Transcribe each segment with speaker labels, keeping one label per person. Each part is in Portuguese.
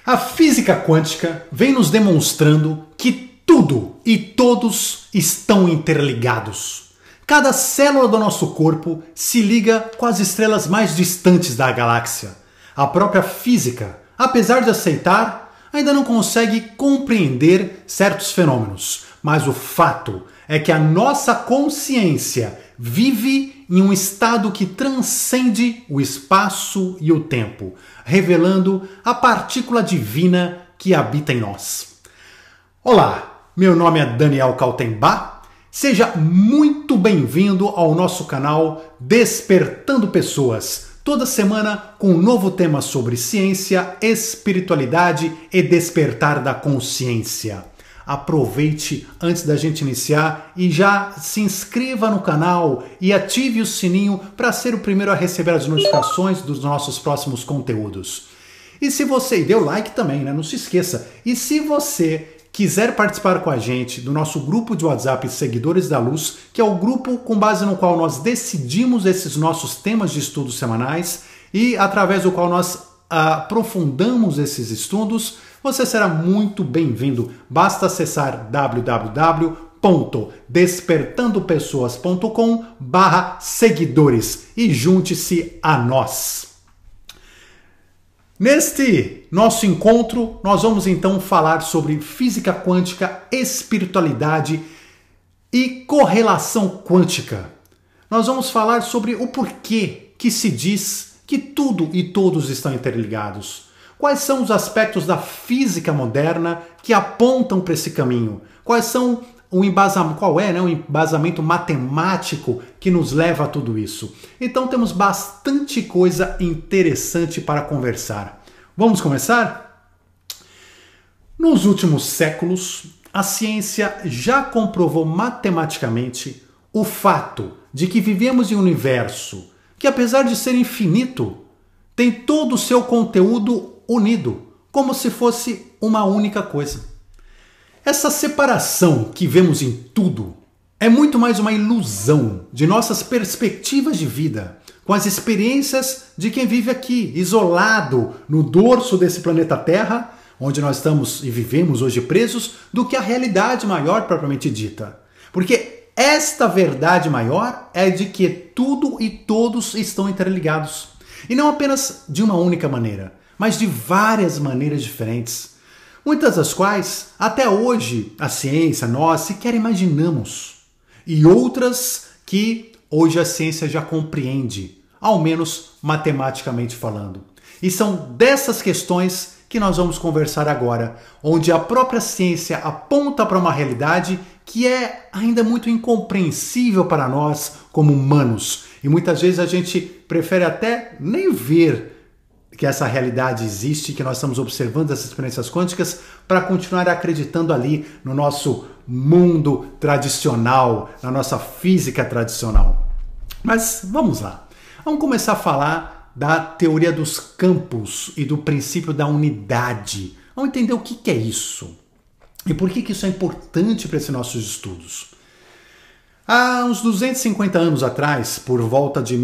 Speaker 1: A física quântica vem nos demonstrando que tudo e todos estão interligados. Cada célula do nosso corpo se liga com as estrelas mais distantes da galáxia. A própria física, apesar de aceitar, ainda não consegue compreender certos fenômenos. Mas o fato é que a nossa consciência vive em um estado que transcende o espaço e o tempo, revelando a partícula divina que habita em nós. Olá, meu nome é Daniel Kaltenbach. Seja muito bem-vindo ao nosso canal Despertando Pessoas. Toda semana com um novo tema sobre ciência, espiritualidade e despertar da consciência. Aproveite antes da gente iniciar e já se inscreva no canal e ative o sininho para ser o primeiro a receber as notificações dos nossos próximos conteúdos. E se você dê o like também, né? Não se esqueça. E se você quiser participar com a gente do nosso grupo de WhatsApp Seguidores da Luz, que é o grupo com base no qual nós decidimos esses nossos temas de estudos semanais e através do qual nós aprofundamos esses estudos, você será muito bem-vindo. Basta acessar www.despertandopessoas.com/seguidores e junte-se a nós. Neste nosso encontro, nós vamos então falar sobre física quântica, espiritualidade e correlação quântica. Nós vamos falar sobre o porquê que se diz que tudo e todos estão interligados. Quais são os aspectos da física moderna que apontam para esse caminho? Qual é o embasamento matemático que nos leva a tudo isso? Então temos bastante coisa interessante para conversar. Vamos começar? Nos últimos séculos, a ciência já comprovou matematicamente o fato de que vivemos em um universo que, apesar de ser infinito, tem todo o seu conteúdo unido, como se fosse uma única coisa. Essa separação que vemos em tudo é muito mais uma ilusão de nossas perspectivas de vida, com as experiências de quem vive aqui, isolado no dorso desse planeta Terra, onde nós estamos e vivemos hoje presos, do que a realidade maior propriamente dita. Porque esta verdade maior é de que tudo e todos estão interligados. E não apenas de uma única maneira, mas de várias maneiras diferentes. Muitas das quais, até hoje, a ciência, nós sequer imaginamos. E outras que hoje a ciência já compreende, ao menos matematicamente falando. E são dessas questões que nós vamos conversar agora, onde a própria ciência aponta para uma realidade que é ainda muito incompreensível para nós como humanos. E muitas vezes a gente prefere até nem ver que essa realidade existe, que nós estamos observando essas experiências quânticas para continuar acreditando ali no nosso mundo tradicional, na nossa física tradicional. Mas vamos lá. Vamos começar a falar da teoria dos campos e do princípio da unidade. Vamos entender o que é isso e por que isso é importante para esses nossos estudos. Há uns 250 anos atrás, por volta de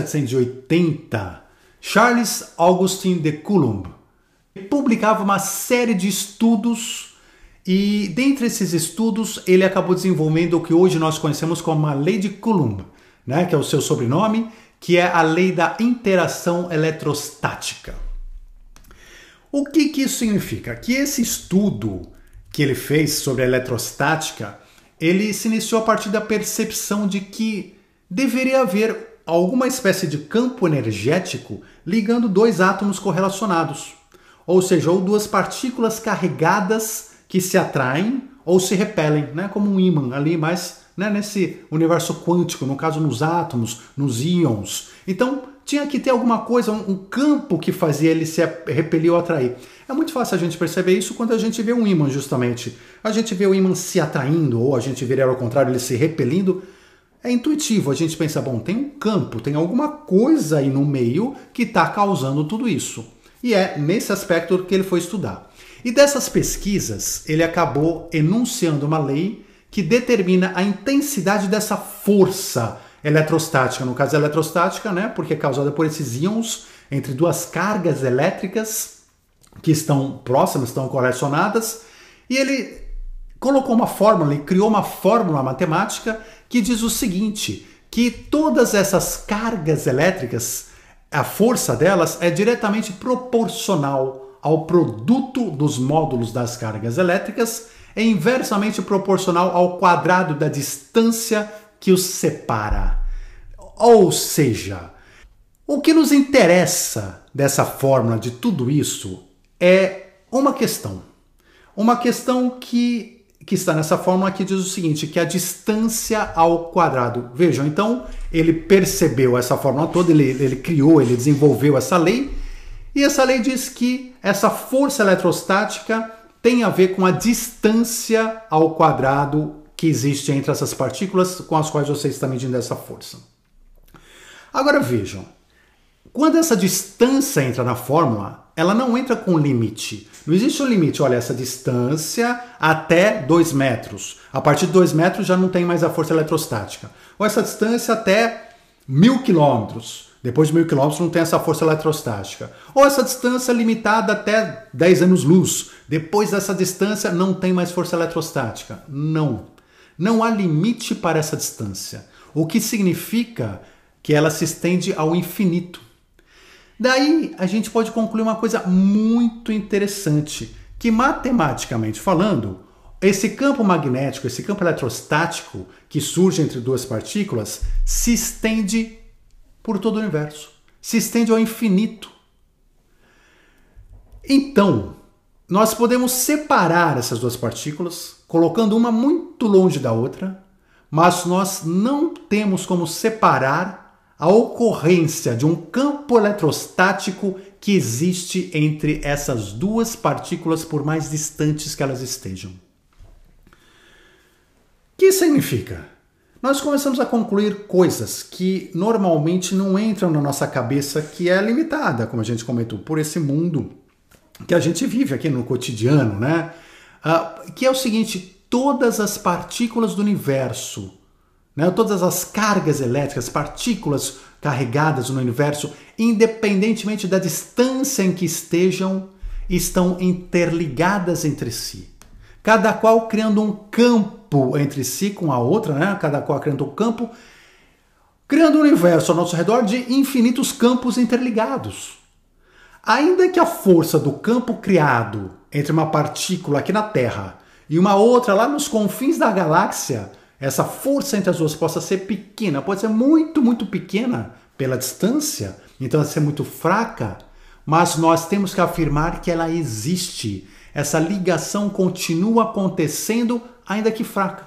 Speaker 1: 1780, Charles Augustin de Coulomb publicava uma série de estudos e, dentre esses estudos, ele acabou desenvolvendo o que hoje nós conhecemos como a Lei de Coulomb, né, que é o seu sobrenome, que é a Lei da Interação Eletrostática. O que isso significa? Que esse estudo que ele fez sobre a eletrostática, ele se iniciou a partir da percepção de que deveria haver alguma espécie de campo energético ligando dois átomos correlacionados, ou seja, ou duas partículas carregadas que se atraem ou se repelem, né, como um ímã ali, mas né, nesse universo quântico, no caso nos átomos, nos íons. Então tinha que ter alguma coisa, um campo que fazia ele se repelir ou atrair. É muito fácil a gente perceber isso quando a gente vê um ímã, justamente. A gente vê o ímã se atraindo ou a gente vê ao contrário ele se repelindo. É intuitivo, a gente pensa, bom, tem um campo, tem alguma coisa aí no meio que está causando tudo isso. E é nesse aspecto que ele foi estudar. E dessas pesquisas, ele acabou enunciando uma lei que determina a intensidade dessa força eletrostática. No caso, eletrostática, né, porque é causada por esses íons entre duas cargas elétricas que estão próximas, estão correlacionadas, e ele colocou uma fórmula, ele criou uma fórmula matemática que diz o seguinte, que todas essas cargas elétricas, a força delas é diretamente proporcional ao produto dos módulos das cargas elétricas e inversamente proporcional ao quadrado da distância que os separa. Ou seja, o que nos interessa dessa fórmula, de tudo isso, é uma questão. Uma questão que está nessa fórmula que diz o seguinte, que a distância ao quadrado. Vejam, então, ele percebeu essa fórmula toda, ele criou, ele desenvolveu essa lei, e essa lei diz que essa força eletrostática tem a ver com a distância ao quadrado que existe entre essas partículas com as quais você está medindo essa força. Agora vejam, quando essa distância entra na fórmula, ela não entra com limite. Não existe um limite, olha, essa distância até 2 metros. A partir de 2 metros já não tem mais a força eletrostática. Ou essa distância até 1000 quilômetros. Depois de 1000 quilômetros não tem essa força eletrostática. Ou essa distância limitada até 10 anos-luz. Depois dessa distância não tem mais força eletrostática. Não. Não há limite para essa distância. O que significa que ela se estende ao infinito. Daí a gente pode concluir uma coisa muito interessante, que matematicamente falando, esse campo magnético, esse campo eletrostático que surge entre duas partículas, se estende por todo o universo, se estende ao infinito. Então, nós podemos separar essas duas partículas, colocando uma muito longe da outra, mas nós não temos como separar a ocorrência de um campo eletrostático que existe entre essas duas partículas por mais distantes que elas estejam. O que significa? Nós começamos a concluir coisas que normalmente não entram na nossa cabeça, que é limitada, como a gente comentou, por esse mundo que a gente vive aqui no cotidiano, né? Que é o seguinte, todas as partículas do universo, né, todas as cargas elétricas, partículas carregadas no universo, independentemente da distância em que estejam, estão interligadas entre si. Cada qual criando um campo entre si com a outra, né? Cada qual criando um campo, criando um universo ao nosso redor de infinitos campos interligados. Ainda que a força do campo criado entre uma partícula aqui na Terra e uma outra lá nos confins da galáxia, essa força entre as duas possa ser pequena, pode ser muito, muito pequena pela distância, então vai ser muito fraca, mas nós temos que afirmar que ela existe. Essa ligação continua acontecendo, ainda que fraca.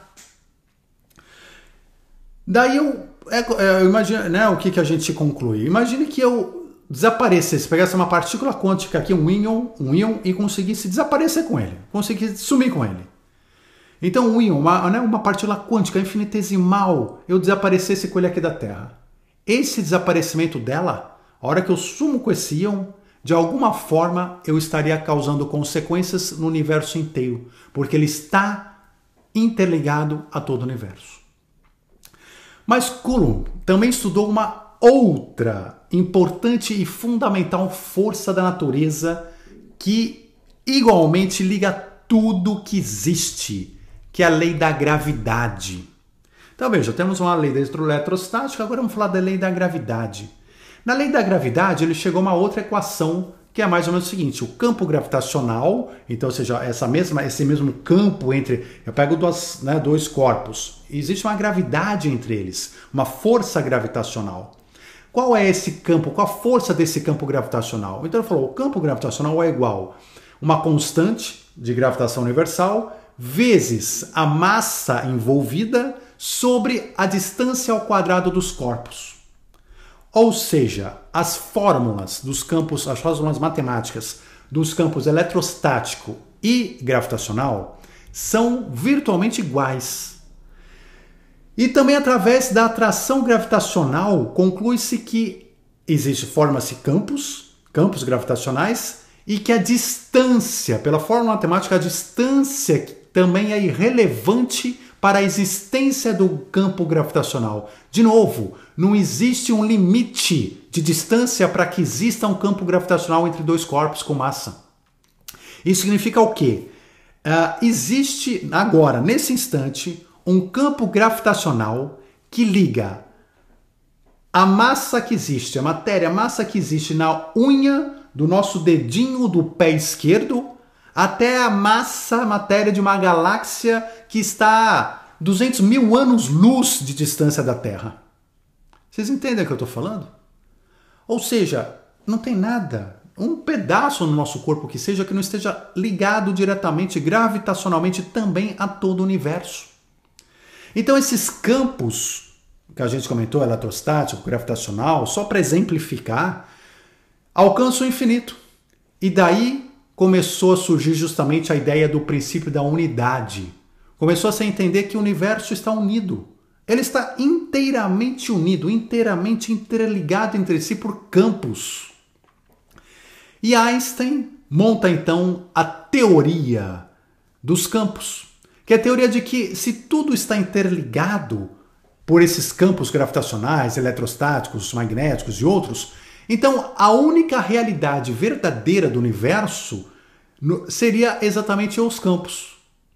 Speaker 1: Daí eu imagino, né, o que a gente conclui? Imagine que eu desaparecesse, pegasse uma partícula quântica aqui, um íon, e conseguisse desaparecer com ele, conseguisse sumir com ele. Então um íon, uma partícula quântica infinitesimal, eu desaparecesse com ele aqui da Terra. Esse desaparecimento dela, a hora que eu sumo com esse íon, de alguma forma eu estaria causando consequências no universo inteiro, porque ele está interligado a todo o universo. Mas Coulomb também estudou uma outra importante e fundamental força da natureza que igualmente liga tudo que existe, que é a lei da gravidade. Então veja, temos uma lei da eletrostática, agora vamos falar da lei da gravidade. Na lei da gravidade ele chegou a uma outra equação que é mais ou menos o seguinte, o campo gravitacional, então, ou seja, esse mesmo campo entre, eu pego dois corpos, existe uma gravidade entre eles, uma força gravitacional. Qual é esse campo? Qual a força desse campo gravitacional? Então ele falou, o campo gravitacional é igual a uma constante de gravitação universal vezes a massa envolvida sobre a distância ao quadrado dos corpos. Ou seja, as fórmulas dos campos, as fórmulas matemáticas dos campos eletrostático e gravitacional são virtualmente iguais. E também através da atração gravitacional conclui-se que forma-se campos gravitacionais e que a distância, pela fórmula matemática, a distância também é irrelevante para a existência do campo gravitacional. De novo, não existe um limite de distância para que exista um campo gravitacional entre dois corpos com massa. Isso significa o quê? Existe agora, nesse instante, um campo gravitacional que liga a massa que existe, a matéria, a massa que existe na unha do nosso dedinho do pé esquerdo até a massa, a matéria de uma galáxia que está a 200 mil anos-luz de distância da Terra. Vocês entendem o que eu estou falando? Ou seja, não tem nada, um pedaço no nosso corpo que seja que não esteja ligado diretamente, gravitacionalmente também a todo o universo. Então esses campos que a gente comentou, eletrostático, gravitacional, só para exemplificar, alcançam o infinito. E daí começou a surgir justamente a ideia do princípio da unidade. Começou a se entender que o universo está unido. Ele está inteiramente unido, inteiramente interligado entre si por campos. E Einstein monta então a teoria dos campos, que é a teoria de que se tudo está interligado por esses campos gravitacionais, eletrostáticos, magnéticos e outros, então a única realidade verdadeira do universo seria exatamente os campos.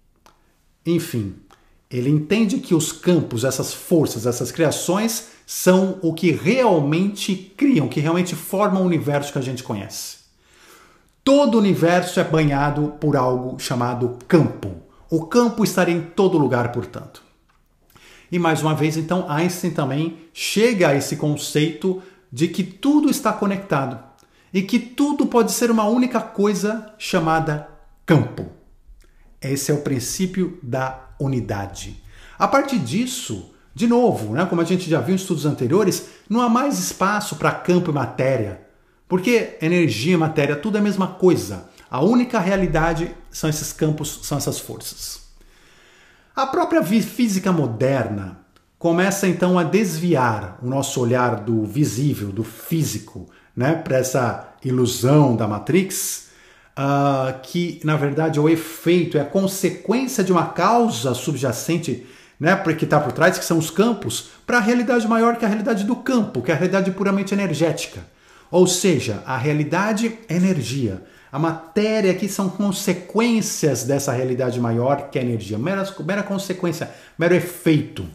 Speaker 1: Enfim, ele entende que os campos, essas forças, essas criações são o que realmente criam, que realmente formam o universo que a gente conhece. Todo o universo é banhado por algo chamado campo. O campo estaria em todo lugar, portanto. E mais uma vez, então, Einstein também chega a esse conceito de que tudo está conectado e que tudo pode ser uma única coisa chamada campo. Esse é o princípio da unidade. A partir disso, de novo, como a gente já viu em estudos anteriores, não há mais espaço para campo e matéria, porque energia e matéria, tudo é a mesma coisa. A única realidade são esses campos, são essas forças. A própria física moderna começa então a desviar o nosso olhar do visível, do físico, para essa ilusão da Matrix, que na verdade é o efeito, é a consequência de uma causa subjacente, que está por trás, que são os campos, para a realidade maior que a realidade do campo, que é a realidade puramente energética. Ou seja, a realidade é energia. A matéria aqui são consequências dessa realidade maior que é a energia, mera consequência, mero efeito.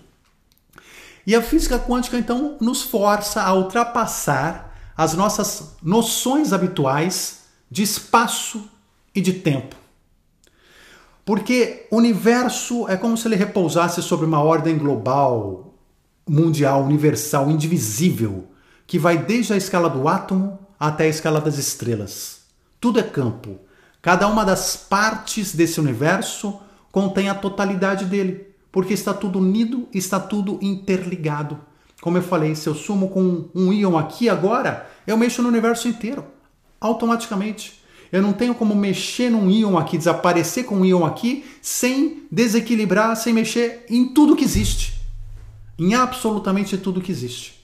Speaker 1: E a física quântica, então, nos força a ultrapassar as nossas noções habituais de espaço e de tempo. Porque o universo é como se ele repousasse sobre uma ordem global, mundial, universal, indivisível, que vai desde a escala do átomo até a escala das estrelas. Tudo é campo. Cada uma das partes desse universo contém a totalidade dele, porque está tudo unido, está tudo interligado. Como eu falei, se eu sumo com um íon aqui agora, eu mexo no universo inteiro, automaticamente. Eu não tenho como mexer num íon aqui, desaparecer com um íon aqui, sem desequilibrar, sem mexer em tudo que existe. Em absolutamente tudo que existe.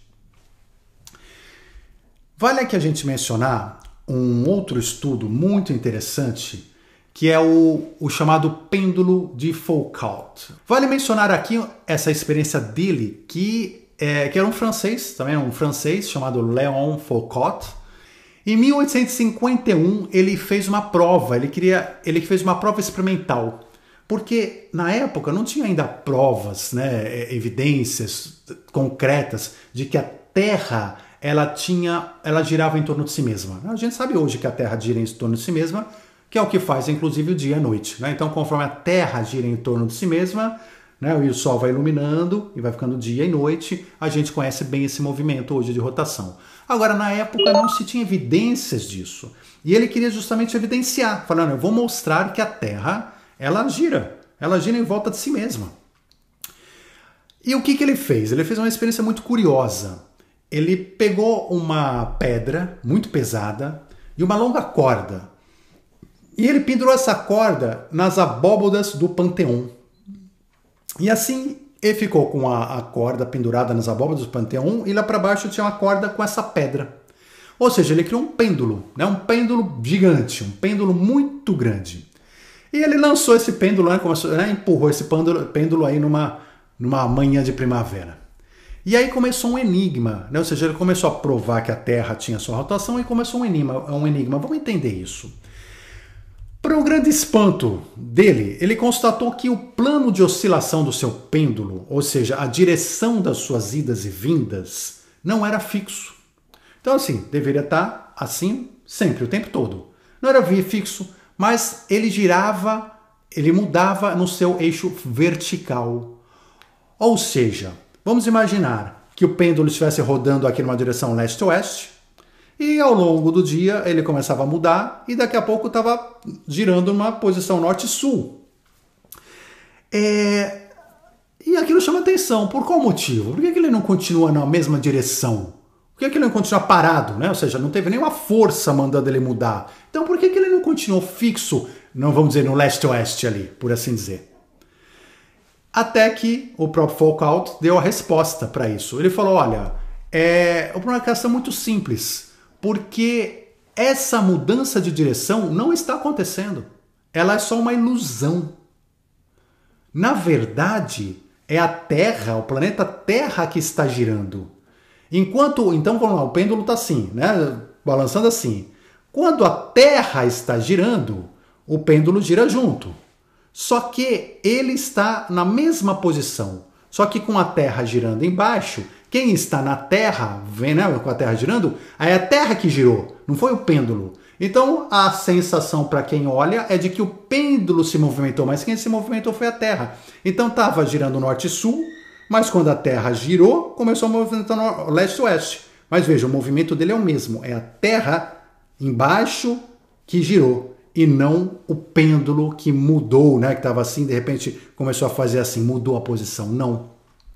Speaker 1: Vale aqui a gente mencionar um outro estudo muito interessante, que é o chamado pêndulo de Foucault. Vale mencionar aqui essa experiência dele, que era um francês, também um francês chamado Léon Foucault. Em 1851 ele fez uma prova, ele fez uma prova experimental, porque na época não tinha ainda provas, evidências concretas de que a Terra ela girava em torno de si mesma. A gente sabe hoje que a Terra gira em torno de si mesma, que é o que faz, inclusive, o dia e a noite. Então, conforme a Terra gira em torno de si mesma, e o Sol vai iluminando e vai ficando dia e noite, a gente conhece bem esse movimento hoje de rotação. Agora, na época, não se tinha evidências disso. E ele queria justamente evidenciar, falando, eu vou mostrar que a Terra, ela gira em volta de si mesma. E o que ele fez? Ele fez uma experiência muito curiosa. Ele pegou uma pedra muito pesada e uma longa corda. E ele pendurou essa corda nas abóbodas do Panteão. E assim ele ficou com a corda pendurada nas abóbodas do Panteão e lá para baixo tinha uma corda com essa pedra. Ou seja, ele criou um pêndulo, um pêndulo gigante, um pêndulo muito grande. E ele lançou esse pêndulo, empurrou esse pêndulo aí numa manhã de primavera. E aí começou um enigma, ou seja, ele começou a provar que a Terra tinha sua rotação e começou um enigma. Vamos entender isso. Para o grande espanto dele, ele constatou que o plano de oscilação do seu pêndulo, ou seja, a direção das suas idas e vindas, não era fixo. Então, assim, deveria estar assim sempre, o tempo todo. Não era fixo, mas ele girava, ele mudava no seu eixo vertical. Ou seja, vamos imaginar que o pêndulo estivesse rodando aqui numa direção leste-oeste, e ao longo do dia ele começava a mudar e daqui a pouco estava girando numa posição norte-sul. E aquilo chama atenção. Por qual motivo? Por que ele não continua na mesma direção? Por que ele não continua parado, né? Ou seja, não teve nenhuma força mandando ele mudar. Então por que ele não continuou fixo, não vamos dizer no leste-oeste ali, por assim dizer? Até que o próprio Foucault deu a resposta para isso. Ele falou, olha, o problema é uma questão muito simples. Porque essa mudança de direção não está acontecendo. Ela é só uma ilusão. Na verdade, é a Terra, o planeta Terra que está girando. Então vamos lá, o pêndulo está assim, né? Balançando assim. Quando a Terra está girando, o pêndulo gira junto. Só que ele está na mesma posição. Só que com a Terra girando embaixo, quem está na Terra, vem, né, com a Terra girando, aí é a Terra que girou, não foi o pêndulo. Então a sensação para quem olha é de que o pêndulo se movimentou, mas quem se movimentou foi a Terra. Então estava girando norte-sul, mas quando a Terra girou, começou a movimentar leste-oeste. Mas veja, o movimento dele é o mesmo, é a Terra embaixo que girou. E não o pêndulo que mudou, né? Que estava assim, de repente começou a fazer assim, mudou a posição. Não.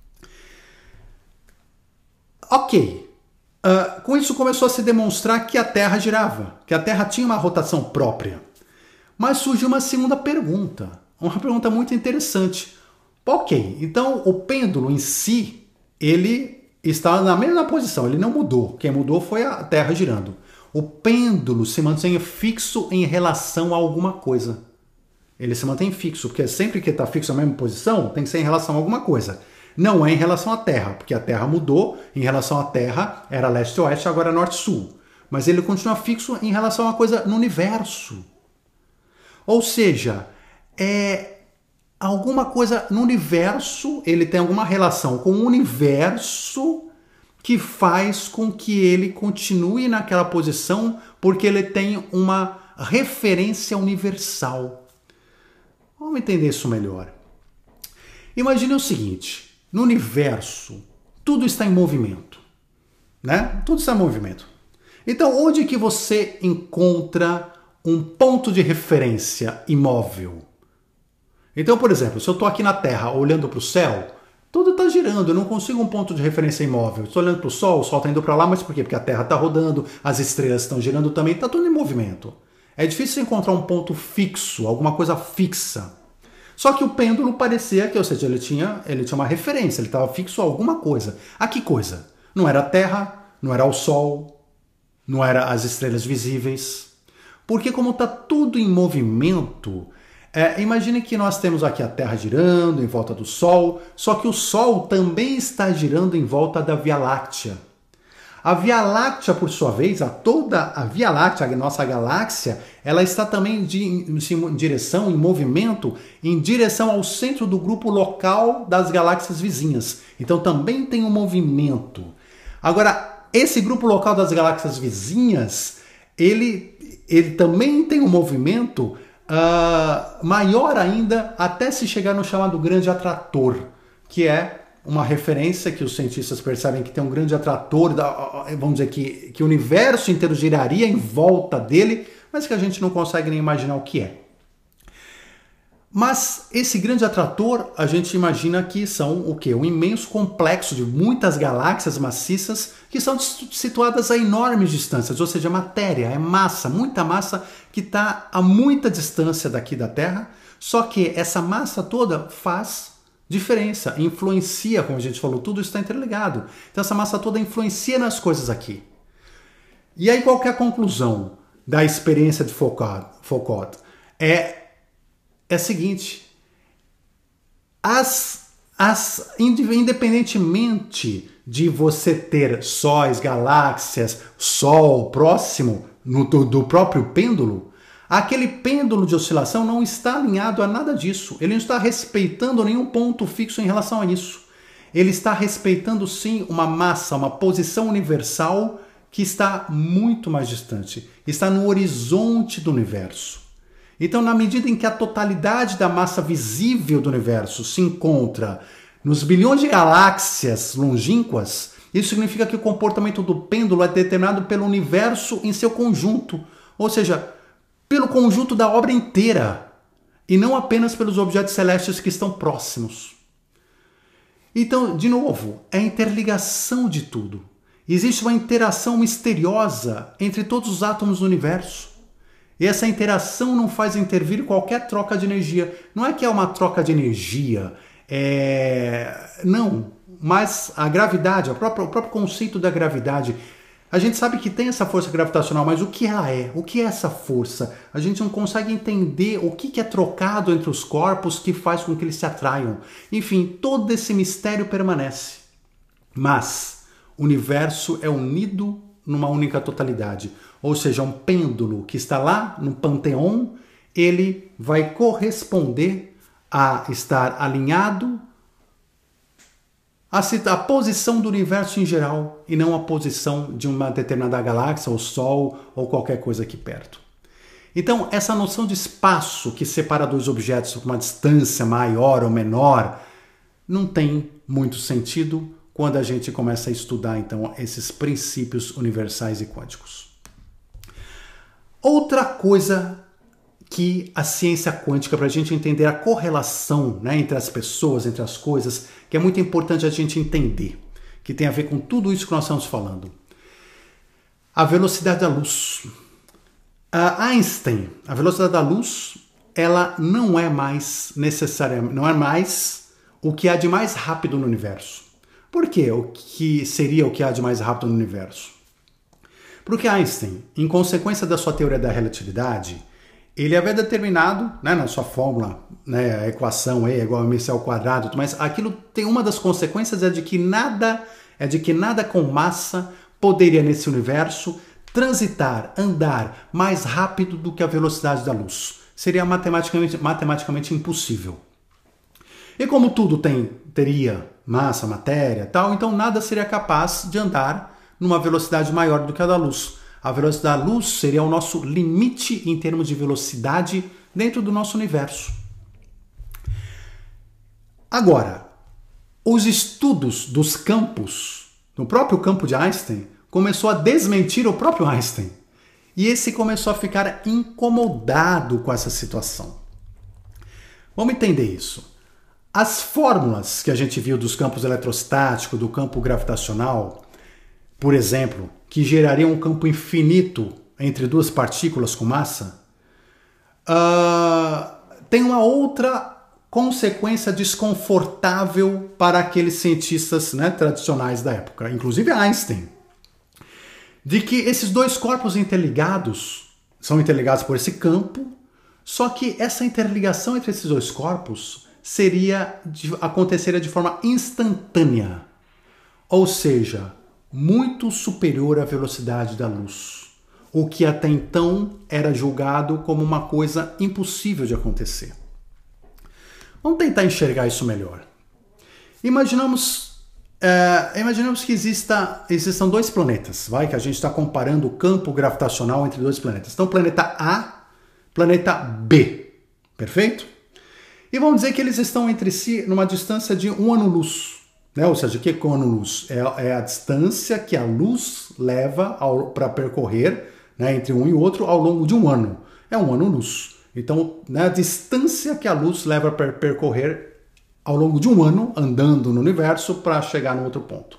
Speaker 1: Ok. Com isso começou a se demonstrar que a Terra girava, que a Terra tinha uma rotação própria. Mas surgiu uma segunda pergunta, uma pergunta muito interessante. Ok, então o pêndulo em si, ele está na mesma posição, ele não mudou. Quem mudou foi a Terra girando. O pêndulo se mantém fixo em relação a alguma coisa. Ele se mantém fixo, porque sempre que está fixo na mesma posição, tem que ser em relação a alguma coisa. Não é em relação à Terra, porque a Terra mudou, em relação à Terra era leste-oeste, agora é norte-sul. Mas ele continua fixo em relação a uma coisa no universo. Ou seja, alguma coisa no universo, ele tem alguma relação com o universo que faz com que ele continue naquela posição porque ele tem uma referência universal. Vamos entender isso melhor. Imagine o seguinte, no universo, tudo está em movimento, né? Tudo está em movimento. Então, onde que você encontra um ponto de referência imóvel? Então, por exemplo, se eu estou aqui na Terra olhando para o céu, tudo está girando, eu não consigo um ponto de referência imóvel. Estou olhando para o Sol está indo para lá, mas por quê? Porque a Terra está rodando, as estrelas estão girando também, está tudo em movimento. É difícil encontrar um ponto fixo, alguma coisa fixa. Só que o pêndulo parecia que, ou seja, ele tinha uma referência, ele estava fixo a alguma coisa. A que coisa? Não era a Terra, não era o Sol, não era as estrelas visíveis. Porque como está tudo em movimento, imagine que nós temos aqui a Terra girando em volta do Sol, só que o Sol também está girando em volta da Via Láctea. A Via Láctea, por sua vez, toda a Via Láctea, a nossa galáxia, ela está também em movimento, em direção ao centro do grupo local das galáxias vizinhas. Então também tem um movimento. Agora, esse grupo local das galáxias vizinhas, ele também tem um movimento maior ainda, até se chegar no chamado grande atrator, que é uma referência que os cientistas percebem que tem um grande atrator, vamos dizer que o universo inteiro giraria em volta dele, mas que a gente não consegue nem imaginar o que é. Mas esse grande atrator, a gente imagina que são o quê? Um imenso complexo de muitas galáxias maciças que são situadas a enormes distâncias, ou seja, matéria, é massa, muita massa que está a muita distância daqui da Terra, só que essa massa toda faz diferença, influencia, como a gente falou, tudo está interligado. Então essa massa toda influencia nas coisas aqui. E aí qual que é a conclusão da experiência de Foucault? É a seguinte, independentemente de você ter sóis, galáxias, Sol próximo do próprio pêndulo, Aquele pêndulo de oscilação não está alinhado a nada disso. Ele não está respeitando nenhum ponto fixo em relação a isso. Ele está respeitando sim uma massa, uma posição universal que está muito mais distante. Está no horizonte do universo. Então, na medida em que a totalidade da massa visível do universo se encontra nos bilhões de galáxias longínquas, isso significa que o comportamento do pêndulo é determinado pelo universo em seu conjunto. Ou seja, pelo conjunto da obra inteira, e não apenas pelos objetos celestes que estão próximos. Então, de novo, é a interligação de tudo. Existe uma interação misteriosa entre todos os átomos do universo. E essa interação não faz intervir qualquer troca de energia. Não é que é uma troca de energia, não, mas a gravidade, o próprio conceito da gravidade. A gente sabe que tem essa força gravitacional, mas o que ela é? O que é essa força? A gente não consegue entender o que é trocado entre os corpos que faz com que eles se atraiam. Enfim, todo esse mistério permanece. Mas o universo é unido numa única totalidade. Ou seja, um pêndulo que está lá no panteão, ele vai corresponder a estar alinhado a posição do universo em geral e não a posição de uma determinada galáxia, ou Sol, ou qualquer coisa aqui perto. Então, essa noção de espaço que separa dois objetos com uma distância maior ou menor não tem muito sentido quando a gente começa a estudar, então, esses princípios universais e quânticos. Outra coisa que a ciência quântica, para a gente entender a correlação, né, entre as pessoas, entre as coisas, que é muito importante a gente entender, que tem a ver com tudo isso que nós estamos falando. A velocidade da luz. Einstein, a velocidade da luz, ela não é mais necessariamente, não é mais o que há de mais rápido no universo. Por quê? O que seria o que há de mais rápido no universo? Porque Einstein, em consequência da sua teoria da relatividade, ele havia determinado, né, na sua fórmula, né, a equação E é igual a mc ao quadrado, mas aquilo tem uma das consequências é de que nada com massa poderia nesse universo transitar, andar mais rápido do que a velocidade da luz. Seria matematicamente impossível. E como tudo teria massa, matéria, tal, então nada seria capaz de andar numa velocidade maior do que a da luz. A velocidade da luz seria o nosso limite em termos de velocidade dentro do nosso universo. Agora, os estudos dos campos, no próprio campo de Einstein, começou a desmentir o próprio Einstein. E esse começou a ficar incomodado com essa situação. Vamos entender isso. As fórmulas que a gente viu dos campos eletrostáticos, do campo gravitacional, por exemplo, que geraria um campo infinito entre duas partículas com massa, tem uma outra consequência desconfortável para aqueles cientistas, né, tradicionais da época, inclusive Einstein, de que esses dois corpos são interligados por esse campo, só que essa interligação entre esses dois corpos aconteceria de forma instantânea, ou seja, muito superior à velocidade da luz, o que até então era julgado como uma coisa impossível de acontecer. Vamos tentar enxergar isso melhor. Imaginamos que existam dois planetas, que a gente está comparando o campo gravitacional entre dois planetas. Então, planeta A, planeta B, perfeito? E vamos dizer que eles estão entre si numa distância de 1 ano-luz. Né? Ou seja, o que é 1 ano-luz? É a distância que a luz leva para percorrer, né, entre um e outro ao longo de um ano. É 1 ano-luz. Então, né, a distância que a luz leva para percorrer ao longo de um ano, andando no universo, para chegar no outro ponto.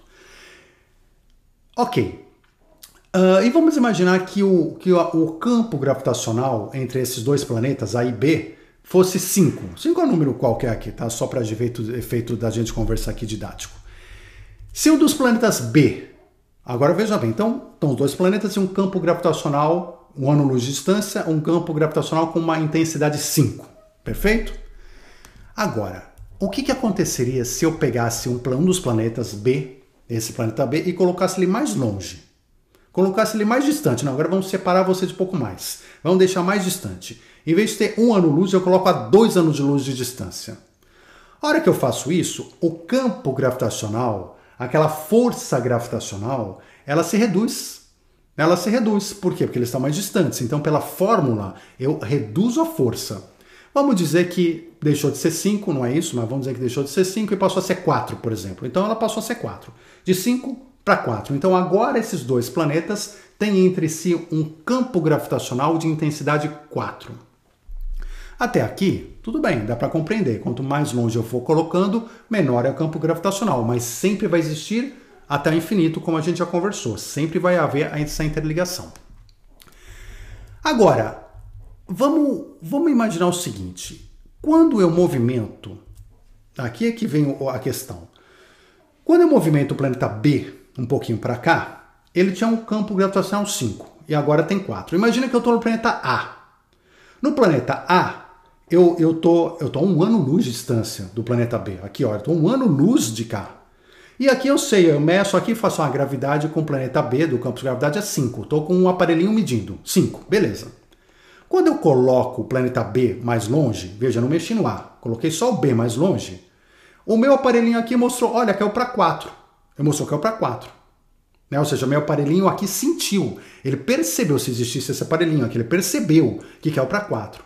Speaker 1: Ok. E vamos imaginar que o campo gravitacional entre esses dois planetas, A e B, fosse 5. 5 é um número qualquer aqui, tá? Só para efeito da gente conversar aqui didático. Se um dos planetas B, agora veja bem, então os dois planetas têm um campo gravitacional, 1 ano-luz de distância, um campo gravitacional com uma intensidade 5, perfeito? Agora, o que aconteceria se eu pegasse um dos planetas B, esse planeta B, e colocasse ele mais longe? Colocasse ele mais distante. Não, agora vamos separar vocês um pouco mais. Vamos deixar mais distante. Em vez de ter 1 ano-luz, eu coloco a 2 anos de luz de distância. A hora que eu faço isso, o campo gravitacional, aquela força gravitacional, ela se reduz. Ela se reduz. Por quê? Porque eles estão mais distantes. Então, pela fórmula, eu reduzo a força. Vamos dizer que deixou de ser 5, não é isso, mas vamos dizer que deixou de ser 5 e passou a ser 4, por exemplo. Então, ela passou a ser 4. De 5 para 4. Então, agora esses dois planetas têm entre si um campo gravitacional de intensidade 4. Até aqui, tudo bem, dá para compreender. Quanto mais longe eu for colocando, menor é o campo gravitacional. Mas sempre vai existir até o infinito, como a gente já conversou. Sempre vai haver essa interligação. Agora, vamos imaginar o seguinte. Quando eu movimento, aqui é que vem a questão. Quando eu movimento o planeta B um pouquinho para cá, ele tinha um campo gravitacional 5 e agora tem 4. Imagina que eu estou no planeta A. No planeta A, eu tô a 1 ano-luz de distância do planeta B. Aqui, ó, eu estou 1 ano-luz de cá. E aqui eu sei, eu meço aqui, faço uma gravidade com o planeta B, do campo de gravidade é 5. Estou com um aparelhinho medindo. 5, beleza. Quando eu coloco o planeta B mais longe, veja, eu não mexi no A, coloquei só o B mais longe, o meu aparelhinho aqui mostrou, olha, caiu para 4. Ele mostrou que caiu para 4. Né? Ou seja, meu aparelhinho aqui sentiu. Ele percebeu, se existisse esse aparelhinho aqui, ele percebeu que caiu para 4.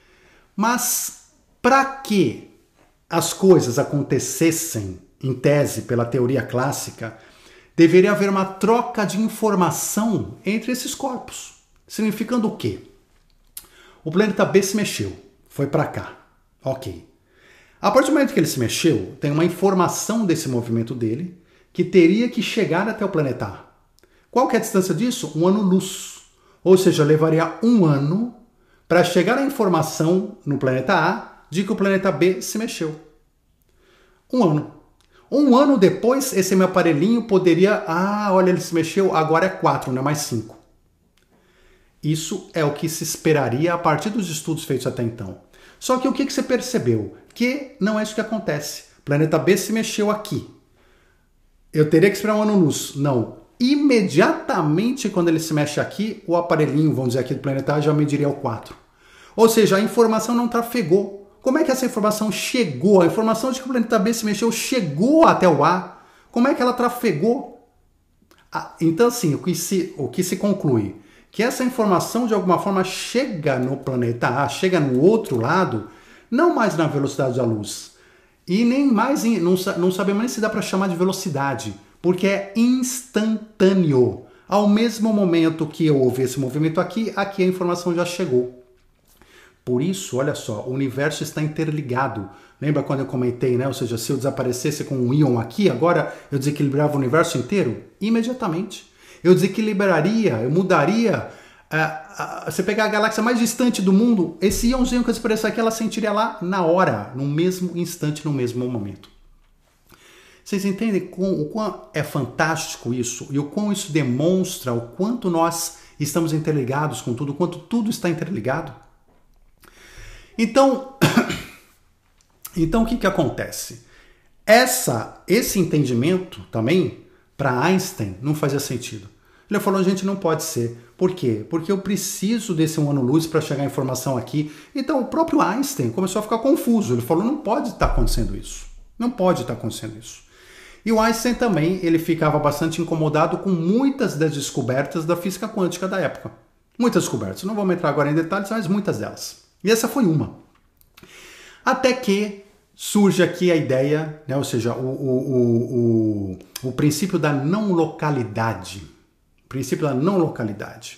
Speaker 1: Mas para que as coisas acontecessem, em tese, pela teoria clássica, deveria haver uma troca de informação entre esses corpos. Significando o quê? O planeta B se mexeu, foi para cá. Ok. A partir do momento que ele se mexeu, tem uma informação desse movimento dele que teria que chegar até o planeta A. Qual que é a distância disso? 1 ano-luz. Ou seja, levaria 1 ano para chegar a informação no planeta A de que o planeta B se mexeu. 1 ano. 1 ano depois, esse meu aparelhinho poderia... Ah, olha, ele se mexeu, agora é 4, não é mais 5. Isso é o que se esperaria a partir dos estudos feitos até então. Só que o que você percebeu? Que não é isso que acontece. O planeta B se mexeu aqui. Eu teria que esperar 1 ano-luz. Não. Imediatamente quando ele se mexe aqui, o aparelhinho, vamos dizer aqui do planeta A, já mediria o 4. Ou seja, a informação não trafegou. Como é que essa informação chegou? A informação de que o planeta B se mexeu chegou até o A. Como é que ela trafegou? Então, assim, o que se conclui? Que essa informação, de alguma forma, chega no planeta A, chega no outro lado, não mais na velocidade da luz. E nem mais, não sabemos nem se dá para chamar de velocidade, porque é instantâneo. Ao mesmo momento que houve esse movimento aqui a informação já chegou. Por isso, olha só, o universo está interligado. Lembra quando eu comentei, né? Ou seja, se eu desaparecesse com um íon aqui, agora eu desequilibrava o universo inteiro? Imediatamente. Eu desequilibraria, eu mudaria. Você pegar a galáxia mais distante do mundo, esse íonzinho que eu expressei aqui, ela sentiria lá na hora, no mesmo instante, no mesmo momento. Vocês entendem o quão é fantástico isso? E o quão isso demonstra o quanto nós estamos interligados com tudo, o quanto tudo está interligado? Então o que acontece? Esse entendimento também, para Einstein, não fazia sentido. Ele falou, gente, não pode ser. Por quê? Porque eu preciso desse 1 ano-luz para chegar a informação aqui. Então o próprio Einstein começou a ficar confuso. Ele falou, não pode estar acontecendo isso. Não pode estar acontecendo isso. E o Einstein também, ele ficava bastante incomodado com muitas das descobertas da física quântica da época. Muitas descobertas. Não vamos entrar agora em detalhes, mas muitas delas. E essa foi uma. Até que surge aqui a ideia, né, ou seja, o princípio da não localidade. O princípio da não localidade.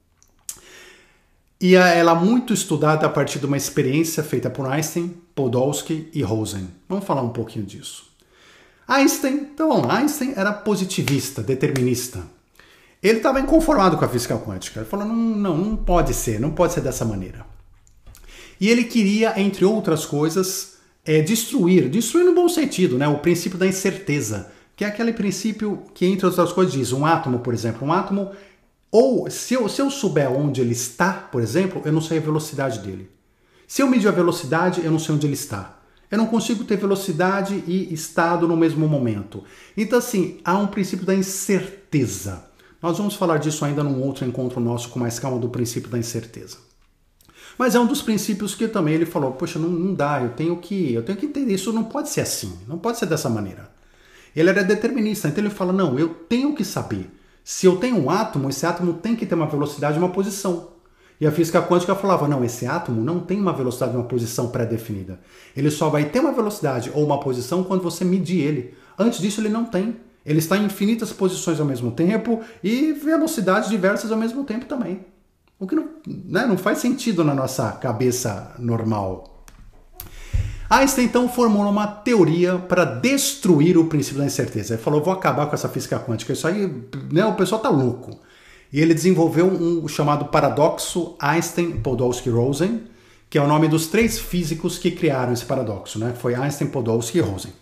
Speaker 1: E ela é muito estudada a partir de uma experiência feita por Einstein, Podolsky e Rosen. Vamos falar um pouquinho disso. Einstein era positivista, determinista. Ele estava inconformado com a física quântica. Ele falou, não pode ser dessa maneira. E ele queria, entre outras coisas, destruir no bom sentido, né? O princípio da incerteza, que é aquele princípio que, entre outras coisas, diz um átomo, por exemplo, ou se eu souber onde ele está, por exemplo, eu não sei a velocidade dele. Se eu medir a velocidade, eu não sei onde ele está. Eu não consigo ter velocidade e estado no mesmo momento. Então, assim, há um princípio da incerteza. Nós vamos falar disso ainda num outro encontro nosso com mais calma do princípio da incerteza. Mas é um dos princípios que também ele falou, poxa, não dá, eu tenho que entender, isso não pode ser assim, não pode ser dessa maneira. Ele era determinista, então ele fala, não, eu tenho que saber. Se eu tenho um átomo, esse átomo tem que ter uma velocidade e uma posição. E a física quântica falava, não, esse átomo não tem uma velocidade e uma posição pré-definida. Ele só vai ter uma velocidade ou uma posição quando você medir ele. Antes disso ele não tem. Ele está em infinitas posições ao mesmo tempo e velocidades diversas ao mesmo tempo também. O que não faz sentido na nossa cabeça normal. Einstein então formulou uma teoria para destruir o princípio da incerteza. Ele falou, vou acabar com essa física quântica. Isso aí, né, o pessoal tá louco. E ele desenvolveu um chamado paradoxo Einstein-Podolsky-Rosen, que é o nome dos 3 físicos que criaram esse paradoxo, né? Foi Einstein, Podolsky e Rosen.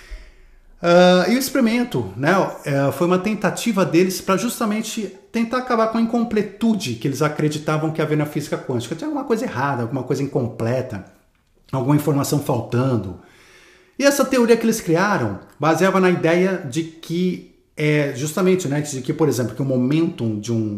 Speaker 1: E o experimento, né, foi uma tentativa deles para justamente tentar acabar com a incompletude que eles acreditavam que havia na física quântica. Tinha alguma coisa errada, alguma coisa incompleta, alguma informação faltando. E essa teoria que eles criaram baseava na ideia de que, justamente, né, de que, por exemplo, que o momentum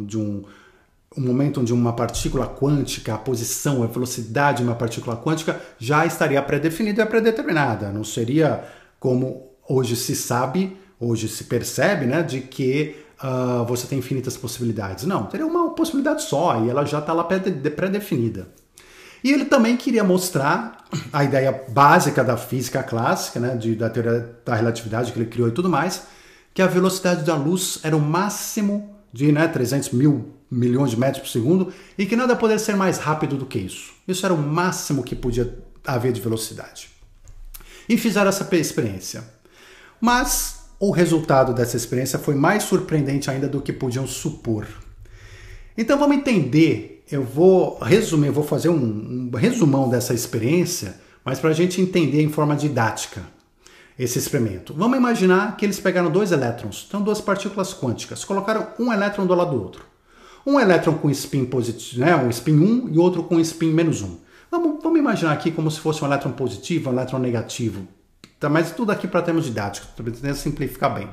Speaker 1: o momentum de uma partícula quântica, a posição, a velocidade de uma partícula quântica já estaria pré-definida e pré-determinada. Não seria como hoje se sabe, hoje se percebe, né, de que você tem infinitas possibilidades. Não, teria uma possibilidade só e ela já está lá pré-definida. E ele também queria mostrar a ideia básica da física clássica, né, da teoria da relatividade que ele criou e tudo mais, que a velocidade da luz era o máximo de 300 mil milhões de metros por segundo e que nada poderia ser mais rápido do que isso. Isso era o máximo que podia haver de velocidade. E fizeram essa experiência. Mas o resultado dessa experiência foi mais surpreendente ainda do que podiam supor. Então vamos entender, eu vou fazer um resumão dessa experiência, mas para a gente entender em forma didática esse experimento. Vamos imaginar que eles pegaram 2 elétrons, então 2 partículas quânticas, colocaram um elétron do lado do outro. Um elétron com spin positivo, né, um spin 1 e outro com spin menos 1. Vamos imaginar aqui como se fosse um elétron positivo, um elétron negativo. Tá, mas tudo aqui para termos didáticos, para tentar simplificar bem.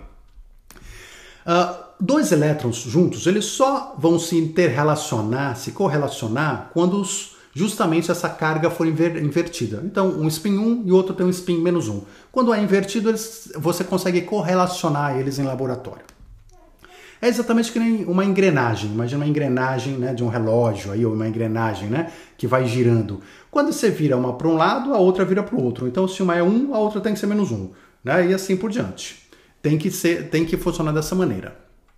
Speaker 1: 2 elétrons juntos, eles só vão se interrelacionar, se correlacionar, quando justamente essa carga for invertida. Então, um spin 1 e o outro tem um spin menos 1. Quando é invertido, você consegue correlacionar eles em laboratório. É exatamente que nem uma engrenagem. Imagina uma engrenagem, né, de um relógio, aí, ou uma engrenagem, né, que vai girando. Quando você vira uma para um lado, a outra vira para o outro. Então, se uma é 1, a outra tem que ser menos 1. Né, e assim por diante. Tem que funcionar dessa maneira.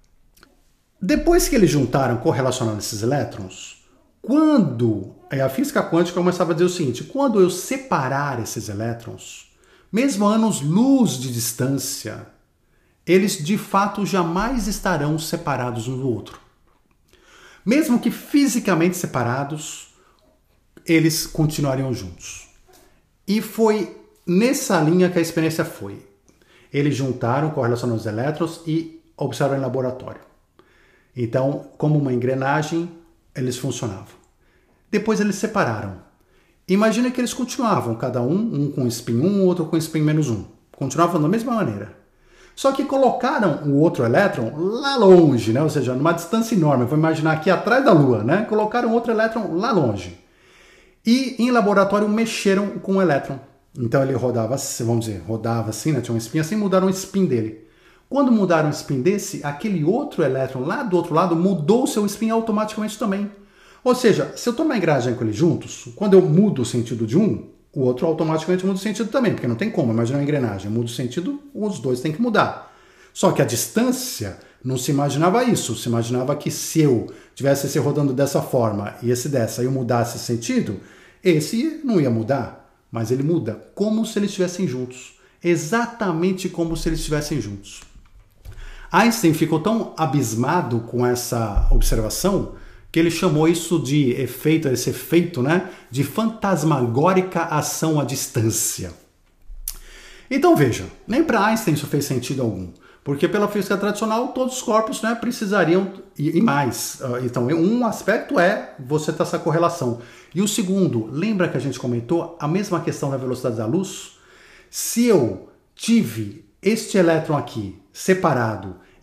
Speaker 1: Depois que eles juntaram, correlacionando esses elétrons, quando a física quântica começava a dizer o seguinte, quando eu separar esses elétrons, mesmo a anos-luz de distância, eles de fato jamais estarão separados um do outro. Mesmo que fisicamente separados, eles continuariam juntos. E foi nessa linha que a experiência foi. Eles juntaram, correlacionaram os elétrons e observaram em laboratório. Então, como uma engrenagem, eles funcionavam. Depois eles separaram. Imagina que eles continuavam, cada um com spin 1, outro com spin menos 1. Continuavam da mesma maneira. Só que colocaram o outro elétron lá longe, né? Ou seja, numa distância enorme. Vou imaginar aqui atrás da Lua, né? Colocaram outro elétron lá longe. E em laboratório mexeram com o elétron. Então ele rodava, vamos dizer, rodava assim, né? Tinha um spin assim, mudaram o spin dele. Quando mudaram o spin desse, aquele outro elétron lá do outro lado mudou o seu spin automaticamente também. Ou seja, se eu estou numa engrenagem com eles juntos, quando eu mudo o sentido de um, o outro automaticamente muda o sentido também, porque não tem como. Imagina uma engrenagem, muda o sentido, os dois têm que mudar. Só que a distância, não se imaginava isso. Se imaginava que se eu tivesse esse rodando dessa forma e esse dessa, e eu mudasse esse sentido, esse não ia mudar. Mas ele muda como se eles estivessem juntos. Exatamente como se eles estivessem juntos. Einstein ficou tão abismado com essa observação que ele chamou isso de esse efeito, né, de fantasmagórica ação à distância. Então veja, nem para Einstein isso fez sentido algum, porque pela física tradicional todos os corpos, né, precisariam e mais. Então um aspecto é você ter essa correlação. E o segundo, lembra que a gente comentou a mesma questão da velocidade da luz? Se eu tive este elétron aqui separado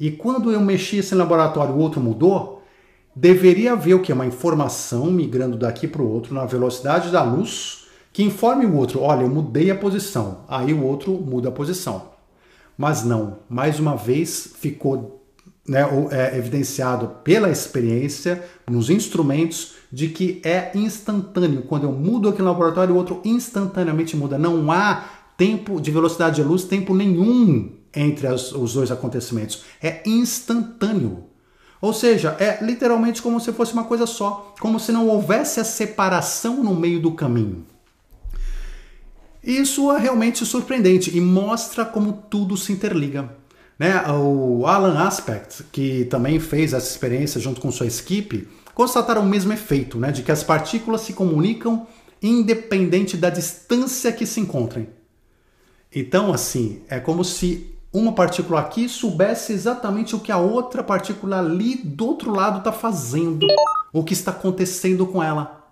Speaker 1: e quando eu mexi esse laboratório, o outro mudou, deveria haver o quê? Uma informação migrando daqui para o outro na velocidade da luz que informe o outro, olha, eu mudei a posição, aí o outro muda a posição. Mas não, mais uma vez ficou evidenciado pela experiência, nos instrumentos, de que é instantâneo. Quando eu mudo aqui no laboratório, o outro instantaneamente muda. Não há tempo de velocidade de luz, tempo nenhum entre os dois acontecimentos. É instantâneo. Ou seja, é literalmente como se fosse uma coisa só, como se não houvesse a separação no meio do caminho. Isso é realmente surpreendente e mostra como tudo se interliga. O Alan Aspect, que também fez essa experiência junto com sua equipe, constataram o mesmo efeito, de que as partículas se comunicam independente da distância que se encontrem. Então, assim, é como se uma partícula aqui soubesse exatamente o que a outra partícula ali do outro lado está fazendo, o que está acontecendo com ela.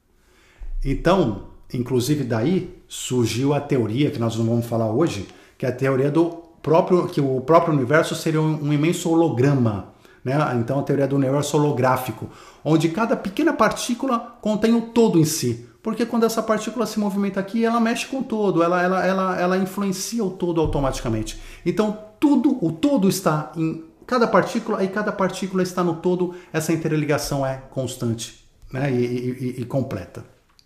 Speaker 1: Então, inclusive daí surgiu a teoria que nós não vamos falar hoje, que é a teoria que o próprio universo seria um imenso holograma. Então a teoria do universo holográfico, onde cada pequena partícula contém o todo em si. Porque quando essa partícula se movimenta aqui, ela mexe com o todo, ela influencia o todo automaticamente. Então o todo está em cada partícula e cada partícula está no todo. Essa interligação é constante, e completa.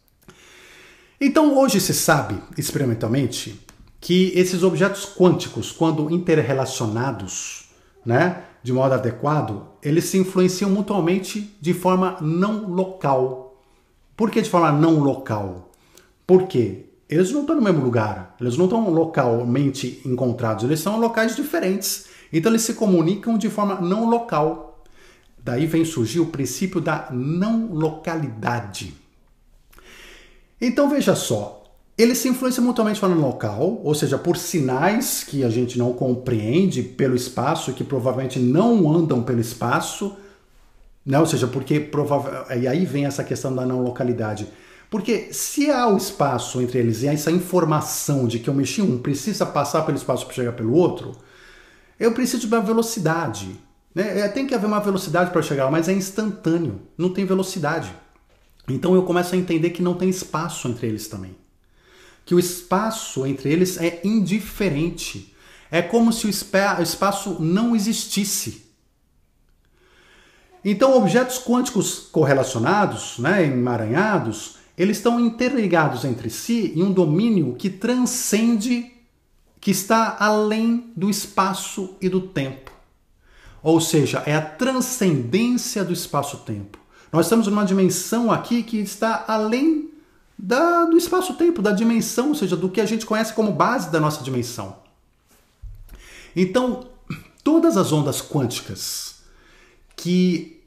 Speaker 1: Então hoje se sabe, experimentalmente, que esses objetos quânticos, quando interrelacionados, de modo adequado, eles se influenciam mutuamente de forma não local. Por que de forma não local? Porque eles não estão no mesmo lugar, eles não estão localmente encontrados, eles são em locais diferentes. Então eles se comunicam de forma não local. Daí vem surgir o princípio da não localidade. Então veja só, eles se influenciam mutuamente de forma local, ou seja, por sinais que a gente não compreende pelo espaço, que provavelmente não andam pelo espaço, ou seja, porque e aí vem essa questão da não localidade. Porque se há o espaço entre eles e há essa informação de que eu mexi um precisa passar pelo espaço para chegar pelo outro, eu preciso de uma velocidade. Tem que haver uma velocidade para chegar lá, mas é instantâneo, não tem velocidade. Então eu começo a entender que não tem espaço entre eles também. Que o espaço entre eles é indiferente. É como se o espaço não existisse. Então, objetos quânticos correlacionados, emaranhados, eles estão interligados entre si em um domínio que transcende, que está além do espaço e do tempo. Ou seja, é a transcendência do espaço-tempo. Nós estamos numa dimensão aqui que está além do espaço-tempo, da dimensão, ou seja, do que a gente conhece como base da nossa dimensão. Então, todas as ondas quânticas que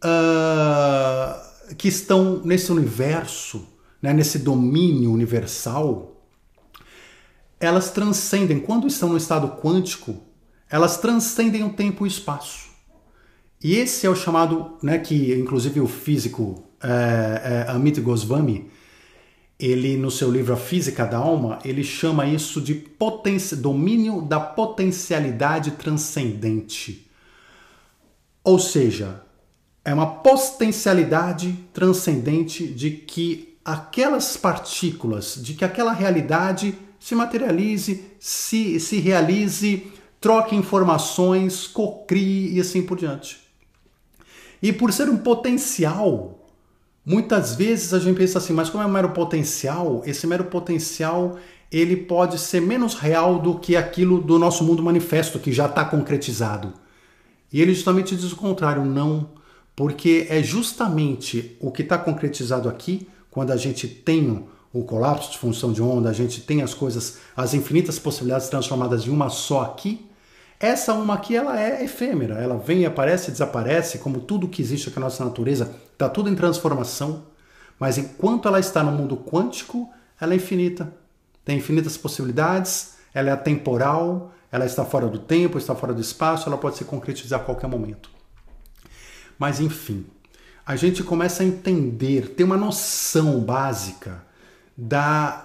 Speaker 1: estão nesse universo, nesse domínio universal, elas transcendem, quando estão no estado quântico, elas transcendem o tempo e o espaço. E esse é o chamado, que inclusive o físico Amit Goswami, ele no seu livro A Física da Alma, ele chama isso de domínio da potencialidade transcendente. Ou seja, é uma potencialidade transcendente de que aquelas partículas, de que aquela realidade se materialize, se realize, troque informações, cocrie e assim por diante. E por ser um potencial, muitas vezes a gente pensa assim, mas como é um mero potencial, esse mero potencial ele pode ser menos real do que aquilo do nosso mundo manifesto, que já está concretizado. E ele justamente diz o contrário, não, porque é justamente o que está concretizado aqui, quando a gente tem o colapso de função de onda, a gente tem as coisas, as infinitas possibilidades transformadas em uma só aqui. Essa uma aqui, ela é efêmera, ela vem, aparece, desaparece, como tudo que existe aqui na nossa natureza, está tudo em transformação, mas enquanto ela está no mundo quântico, ela é infinita, tem infinitas possibilidades, ela é atemporal, ela está fora do tempo, está fora do espaço, ela pode se concretizar a qualquer momento. Mas enfim, a gente começa a entender, ter uma noção básica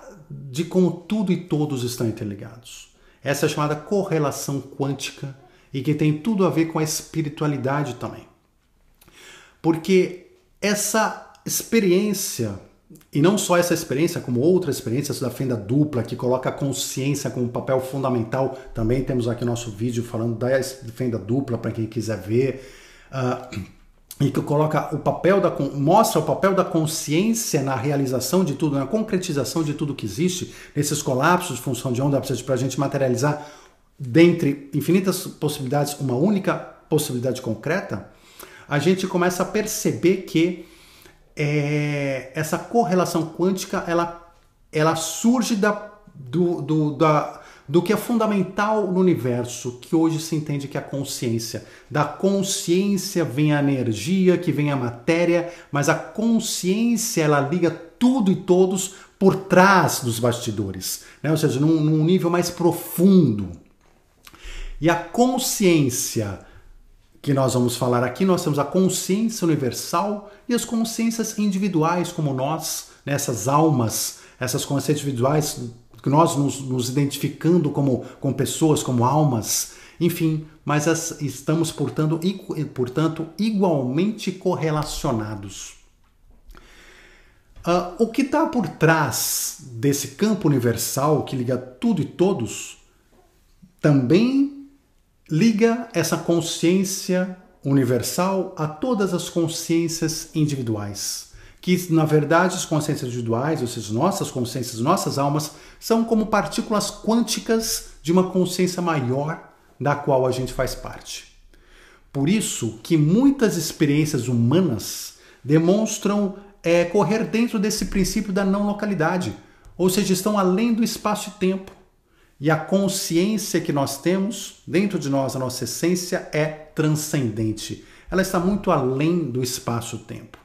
Speaker 1: de como tudo e todos estão interligados. Essa é a chamada correlação quântica, e que tem tudo a ver com a espiritualidade também. Porque essa experiência, e não só essa experiência, como outras experiências da fenda dupla, que coloca a consciência como um papel fundamental, também temos aqui nosso vídeo falando da fenda dupla para quem quiser ver, e que coloca mostra o papel da consciência na realização de tudo, na concretização de tudo que existe, nesses colapsos de função de onda, para a gente materializar, dentre infinitas possibilidades, uma única possibilidade concreta. A gente começa a perceber que essa correlação quântica ela surge do que é fundamental no universo, que hoje se entende que é a consciência. Da consciência vem a energia, que vem a matéria, mas a consciência ela liga tudo e todos por trás dos bastidores, né? Ou seja, num nível mais profundo. E a consciência que nós vamos falar aqui, nós temos a consciência universal e as consciências individuais, como nós, né, essas almas, essas consciências individuais, que nós nos identificando como pessoas, como almas, enfim, mas estamos, portanto, igualmente correlacionados. O que está por trás desse campo universal que liga tudo e todos, também liga essa consciência universal a todas as consciências individuais. Que, na verdade, as consciências individuais, ou seja, nossas consciências, nossas almas, são como partículas quânticas de uma consciência maior da qual a gente faz parte. Por isso que muitas experiências humanas demonstram correr dentro desse princípio da não localidade, ou seja, estão além do espaço e tempo. E a consciência que nós temos dentro de nós, a nossa essência, é transcendente. Ela está muito além do espaço-tempo.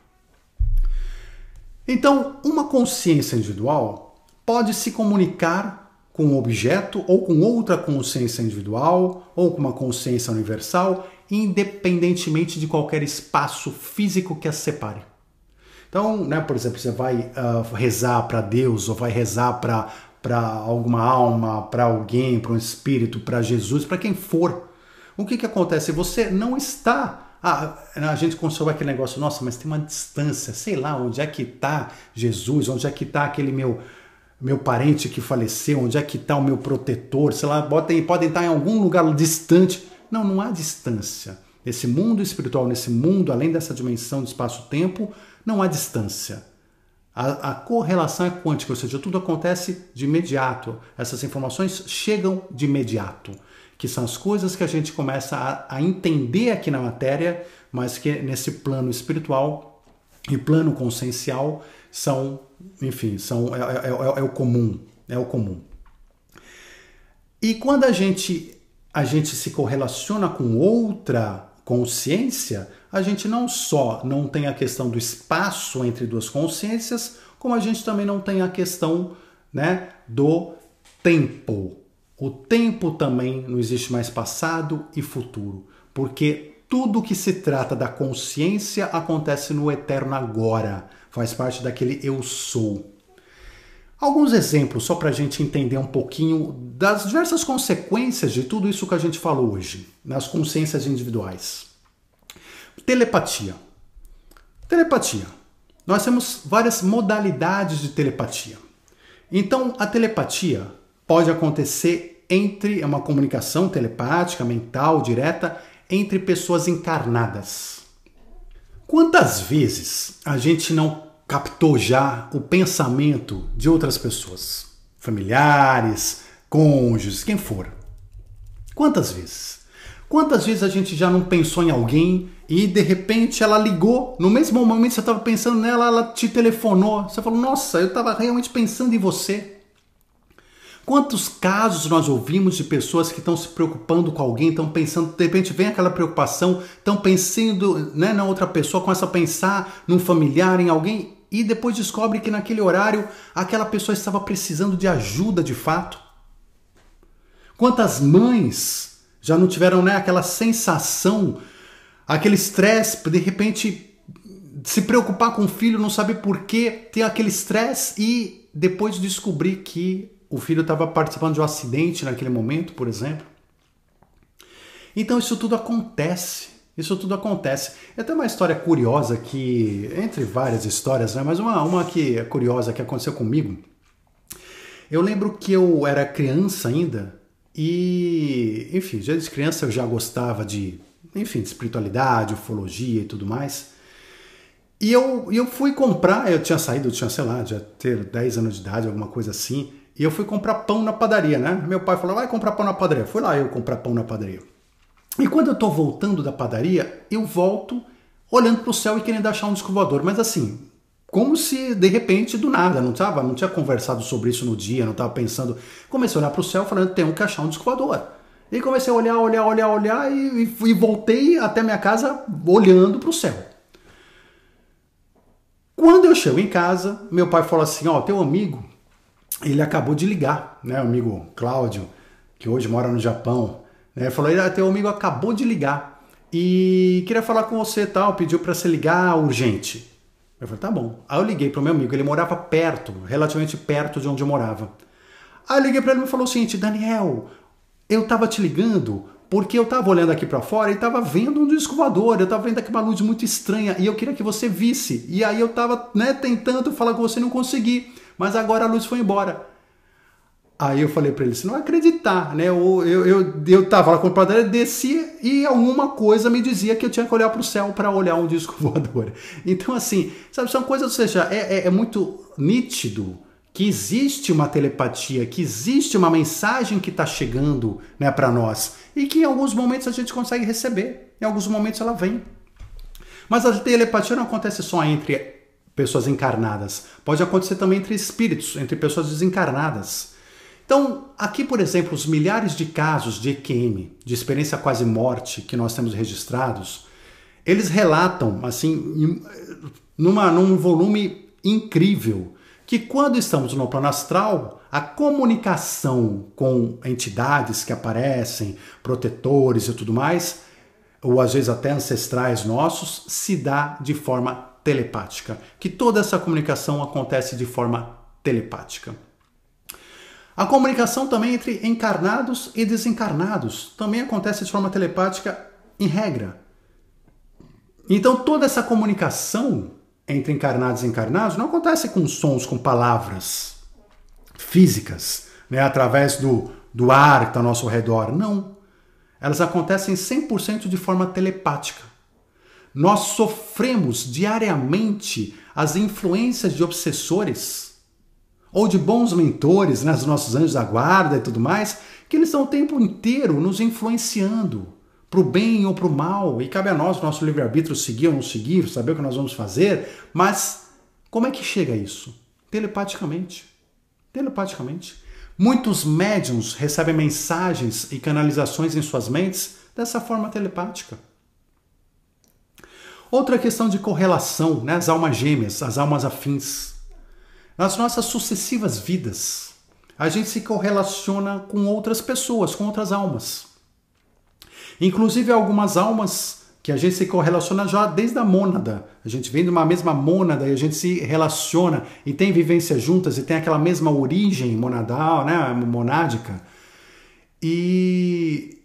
Speaker 1: Então, uma consciência individual pode se comunicar com um objeto ou com outra consciência individual ou com uma consciência universal, independentemente de qualquer espaço físico que as separe. Então, né, por exemplo, você vai rezar para Deus ou vai rezar para alguma alma, para alguém, para um espírito, para Jesus, para quem for. O que acontece? Você não está... a gente consola aquele negócio, nossa, mas tem uma distância, sei lá, onde é que está Jesus, onde é que está aquele meu parente que faleceu, onde é que está o meu protetor, sei lá, podem estar em algum lugar distante. Não há distância. Nesse mundo espiritual, nesse mundo, além dessa dimensão de espaço-tempo, não há distância. A correlação é quântica, ou seja, tudo acontece de imediato. Essas informações chegam de imediato, que são as coisas que a gente começa a entender aqui na matéria, mas que nesse plano espiritual e plano consciencial são, enfim, é o comum. É o comum. E quando a gente se correlaciona com outra consciência, a gente não só não tem a questão do espaço entre duas consciências, como a gente também não tem a questão, né, do tempo. O tempo também não existe mais passado e futuro, porque tudo que se trata da consciência acontece no eterno agora, faz parte daquele eu sou. Alguns exemplos só para a gente entender um pouquinho das diversas consequências de tudo isso que a gente falou hoje, nas consciências individuais. Telepatia. Telepatia. Nós temos várias modalidades de telepatia. Então, a telepatia pode acontecer é uma comunicação telepática, mental, direta, entre pessoas encarnadas. Quantas vezes a gente não captou já o pensamento de outras pessoas? Familiares, cônjuges, quem for. Quantas vezes? Quantas vezes a gente já não pensou em alguém e de repente ela ligou, no mesmo momento que você estava pensando nela, ela te telefonou. Você falou, nossa, eu estava realmente pensando em você. Quantos casos nós ouvimos de pessoas que estão se preocupando com alguém, estão pensando, de repente vem aquela preocupação, estão pensando, né, na outra pessoa, começa a pensar num familiar, em alguém, e depois descobre que naquele horário aquela pessoa estava precisando de ajuda de fato. Quantas mães já não tiveram, né, aquela sensação, aquele estresse, de repente se preocupar com o filho, não saber por quê, ter aquele estresse e depois descobrir que o filho estava participando de um acidente naquele momento, por exemplo. Então isso tudo acontece. Isso tudo acontece. É até uma história curiosa que, entre várias histórias, né? Mas uma que é curiosa que aconteceu comigo. Eu lembro que eu era criança ainda e, enfim, já desde criança eu já gostava de, enfim, de espiritualidade, ufologia e tudo mais. E eu fui comprar, eu tinha saído, sei lá, já ter 10 anos de idade, alguma coisa assim, e eu fui comprar pão na padaria, né? Meu pai falou, vai comprar pão na padaria. Fui lá eu comprar pão na padaria. E quando eu tô voltando da padaria, eu volto olhando pro céu e querendo achar um disco voador. Mas assim, como se de repente do nada, não tinha conversado sobre isso no dia, não tava pensando. Comecei a olhar pro céu falando, tenho que achar um disco voador. E comecei a olhar e voltei até minha casa olhando pro céu. Quando eu chego em casa, meu pai falou assim, ó, teu amigo, ele acabou de ligar, né, o amigo Cláudio, que hoje mora no Japão. Ele falou, teu amigo acabou de ligar e queria falar com você e tal, pediu para você ligar urgente. Eu falei, tá bom. Aí eu liguei pro meu amigo, ele morava perto, relativamente perto de onde eu morava. Aí eu liguei para ele e falou o seguinte, Daniel, eu tava te ligando porque eu tava olhando aqui para fora e tava vendo um disco voador, eu tava vendo aqui uma luz muito estranha e eu queria que você visse. E aí eu tava, né, tentando falar com você e não consegui, mas agora a luz foi embora. Aí eu falei pra ele, você não vai acreditar, né? Eu tava lá com o padaria, desci e alguma coisa me dizia que eu tinha que olhar pro céu para olhar um disco voador. Então assim, sabe, são coisas, ou seja, é muito nítido que existe uma telepatia, que existe uma mensagem que está chegando, né, para nós e que em alguns momentos a gente consegue receber, em alguns momentos ela vem. Mas a telepatia não acontece só entre pessoas encarnadas, pode acontecer também entre espíritos, entre pessoas desencarnadas. Então, aqui, por exemplo, os milhares de casos de EQM, de experiência quase morte, que nós temos registrados, eles relatam, assim, num volume incrível, que quando estamos no plano astral, a comunicação com entidades que aparecem, protetores e tudo mais, ou às vezes até ancestrais nossos, se dá de forma telepática. Que toda essa comunicação acontece de forma telepática. A comunicação também entre encarnados e desencarnados também acontece de forma telepática em regra. Então toda essa comunicação entre encarnados e encarnados não acontece com sons, com palavras físicas, né, através do ar que está ao nosso redor. Não. Elas acontecem 100% de forma telepática. Nós sofremos diariamente as influências de obsessores ou de bons mentores, né, os nossos anjos da guarda e tudo mais, que eles estão o tempo inteiro nos influenciando para o bem ou para o mal, e cabe a nós, o nosso livre-arbítrio, seguir ou não seguir, saber o que nós vamos fazer, mas como é que chega a isso? Telepaticamente. Telepaticamente. Muitos médiums recebem mensagens e canalizações em suas mentes dessa forma telepática. Outra questão de correlação, né, as almas gêmeas, as almas afins. Nas nossas sucessivas vidas, a gente se correlaciona com outras pessoas, com outras almas. Inclusive algumas almas que a gente se correlaciona já desde a mônada. A gente vem de uma mesma mônada e a gente se relaciona e tem vivências juntas e tem aquela mesma origem monadal, né, monádica. E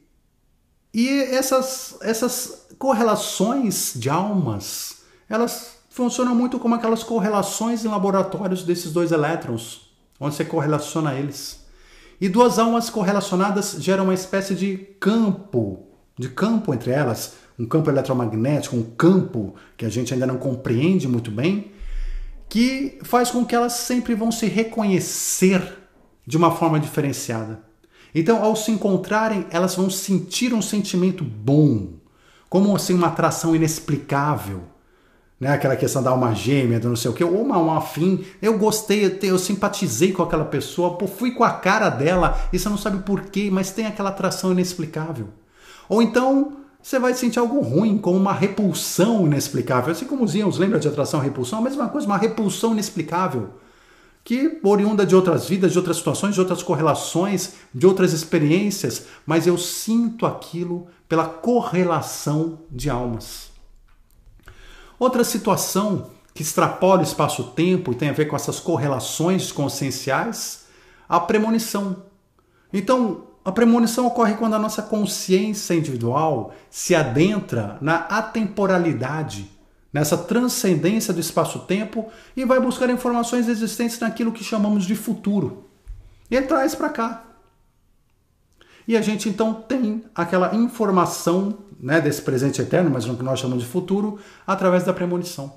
Speaker 1: essas correlações de almas, elas funcionam muito como aquelas correlações em laboratórios desses dois elétrons, onde você correlaciona eles. E duas almas correlacionadas geram uma espécie de campo entre elas, um campo eletromagnético, um campo que a gente ainda não compreende muito bem, que faz com que elas sempre vão se reconhecer de uma forma diferenciada. Então, ao se encontrarem, elas vão sentir um sentimento bom, como assim uma atração inexplicável. Né? Aquela questão da alma gêmea, do não sei o quê, ou uma afim, eu gostei, eu simpatizei com aquela pessoa, fui com a cara dela, e você não sabe porquê, mas tem aquela atração inexplicável. Ou então, você vai sentir algo ruim, como uma repulsão inexplicável. Assim como os íons, lembra de atração e repulsão? A mesma coisa, uma repulsão inexplicável, que oriunda de outras vidas, de outras situações, de outras correlações, de outras experiências, mas eu sinto aquilo pela correlação de almas. Outra situação que extrapola o espaço-tempo e tem a ver com essas correlações conscienciais, a premonição. Então, a premonição ocorre quando a nossa consciência individual se adentra na atemporalidade, nessa transcendência do espaço-tempo e vai buscar informações existentes naquilo que chamamos de futuro. E ele traz para cá. E a gente então tem aquela informação, né, desse presente eterno, mas no que nós chamamos de futuro, através da premonição.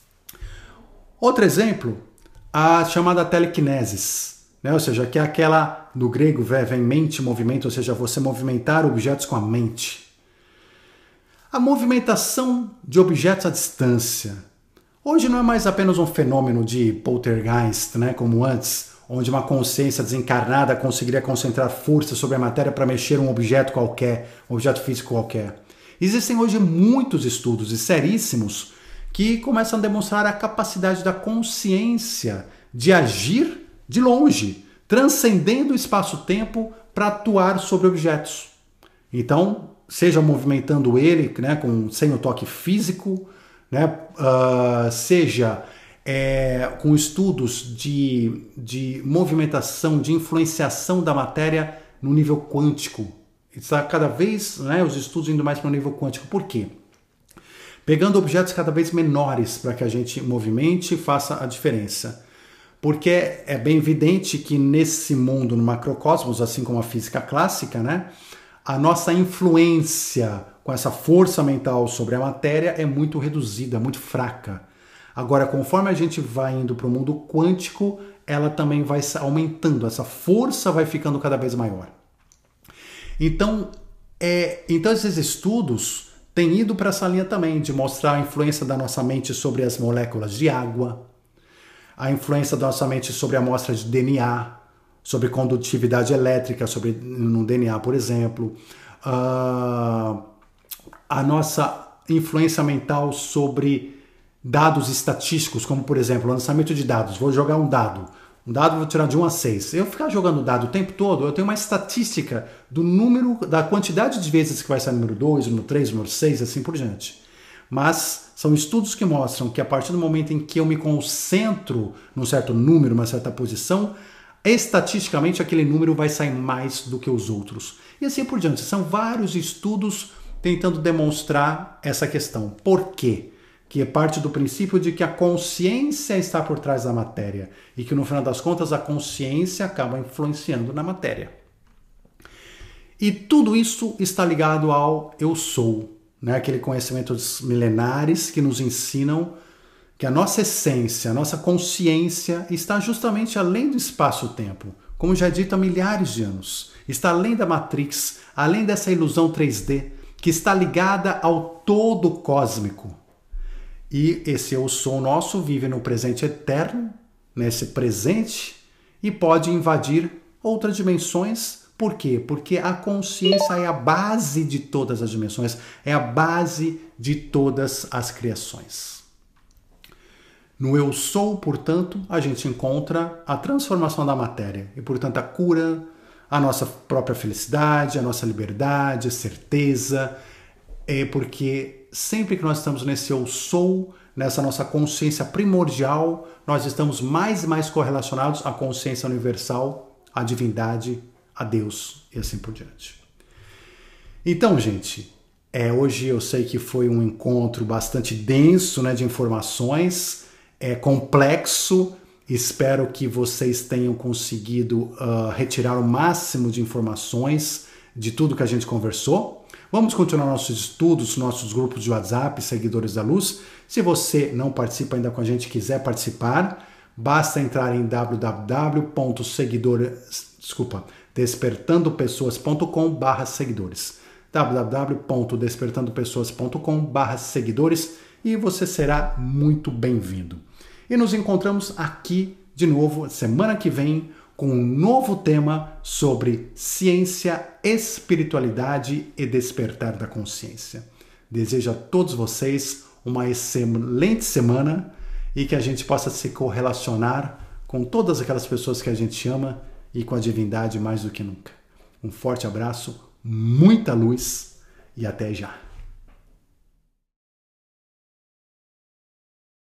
Speaker 1: Outro exemplo, a chamada telequinesis, né, ou seja, que é aquela, do grego vem mente, movimento, ou seja, você movimentar objetos com a mente. A movimentação de objetos à distância. Hoje não é mais apenas um fenômeno de poltergeist, né, como antes, onde uma consciência desencarnada conseguiria concentrar força sobre a matéria para mexer um objeto qualquer, um objeto físico qualquer. Existem hoje muitos estudos, e seríssimos, que começam a demonstrar a capacidade da consciência de agir de longe, transcendendo o espaço-tempo para atuar sobre objetos. Então, seja movimentando ele, né, sem o toque físico, né, seja com estudos de movimentação, de influenciação da matéria no nível quântico. Está cada vez, né, os estudos indo mais para o nível quântico. Por quê? Pegando objetos cada vez menores para que a gente movimente e faça a diferença. Porque é bem evidente que nesse mundo, no macrocosmos, assim como a física clássica, né, a nossa influência com essa força mental sobre a matéria é muito reduzida, muito fraca. Agora, conforme a gente vai indo para o mundo quântico, ela também vai aumentando, essa força vai ficando cada vez maior. Então esses estudos têm ido para essa linha também, de mostrar a influência da nossa mente sobre as moléculas de água, a influência da nossa mente sobre a amostra de DNA, sobre condutividade elétrica, no DNA, por exemplo, a nossa influência mental sobre dados estatísticos, como por exemplo, lançamento de dados. Vou jogar um dado, vou tirar de 1 a 6. Eu ficar jogando dado o tempo todo, eu tenho uma estatística do número, da quantidade de vezes que vai ser número 2, número 3, número 6, assim por diante. Mas são estudos que mostram que a partir do momento em que eu me concentro num certo número, uma certa posição, estatisticamente aquele número vai sair mais do que os outros. E assim por diante. São vários estudos tentando demonstrar essa questão. Por quê? Que é parte do princípio de que a consciência está por trás da matéria e que no final das contas a consciência acaba influenciando na matéria. E tudo isso está ligado ao eu sou, né? Aquele conhecimento dos milenares que nos ensinam que a nossa essência, a nossa consciência está justamente além do espaço-tempo, como já é dito há milhares de anos. Está além da Matrix, além dessa ilusão 3D, que está ligada ao todo cósmico. E esse eu sou nosso vive no presente eterno, nesse presente, e pode invadir outras dimensões. Por quê? Porque a consciência é a base de todas as dimensões, é a base de todas as criações. No eu sou, portanto, a gente encontra a transformação da matéria e, portanto, a cura, a nossa própria felicidade, a nossa liberdade, a certeza, porque sempre que nós estamos nesse eu sou, nessa nossa consciência primordial, nós estamos mais e mais correlacionados à consciência universal, à divindade, a Deus e assim por diante. Então, gente, hoje eu sei que foi um encontro bastante denso, né, de informações, complexo. Espero que vocês tenham conseguido retirar o máximo de informações de tudo que a gente conversou. Vamos continuar nossos estudos, nossos grupos de WhatsApp, Seguidores da Luz. Se você não participa ainda com a gente e quiser participar, basta entrar em despertandopessoas.com/seguidores www.despertandopessoas.com/seguidores e você será muito bem-vindo. E nos encontramos aqui de novo semana que vem com um novo tema sobre ciência, espiritualidade e despertar da consciência. Desejo a todos vocês uma excelente semana e que a gente possa se correlacionar com todas aquelas pessoas que a gente ama e com a divindade mais do que nunca. Um forte abraço, muita luz e até já!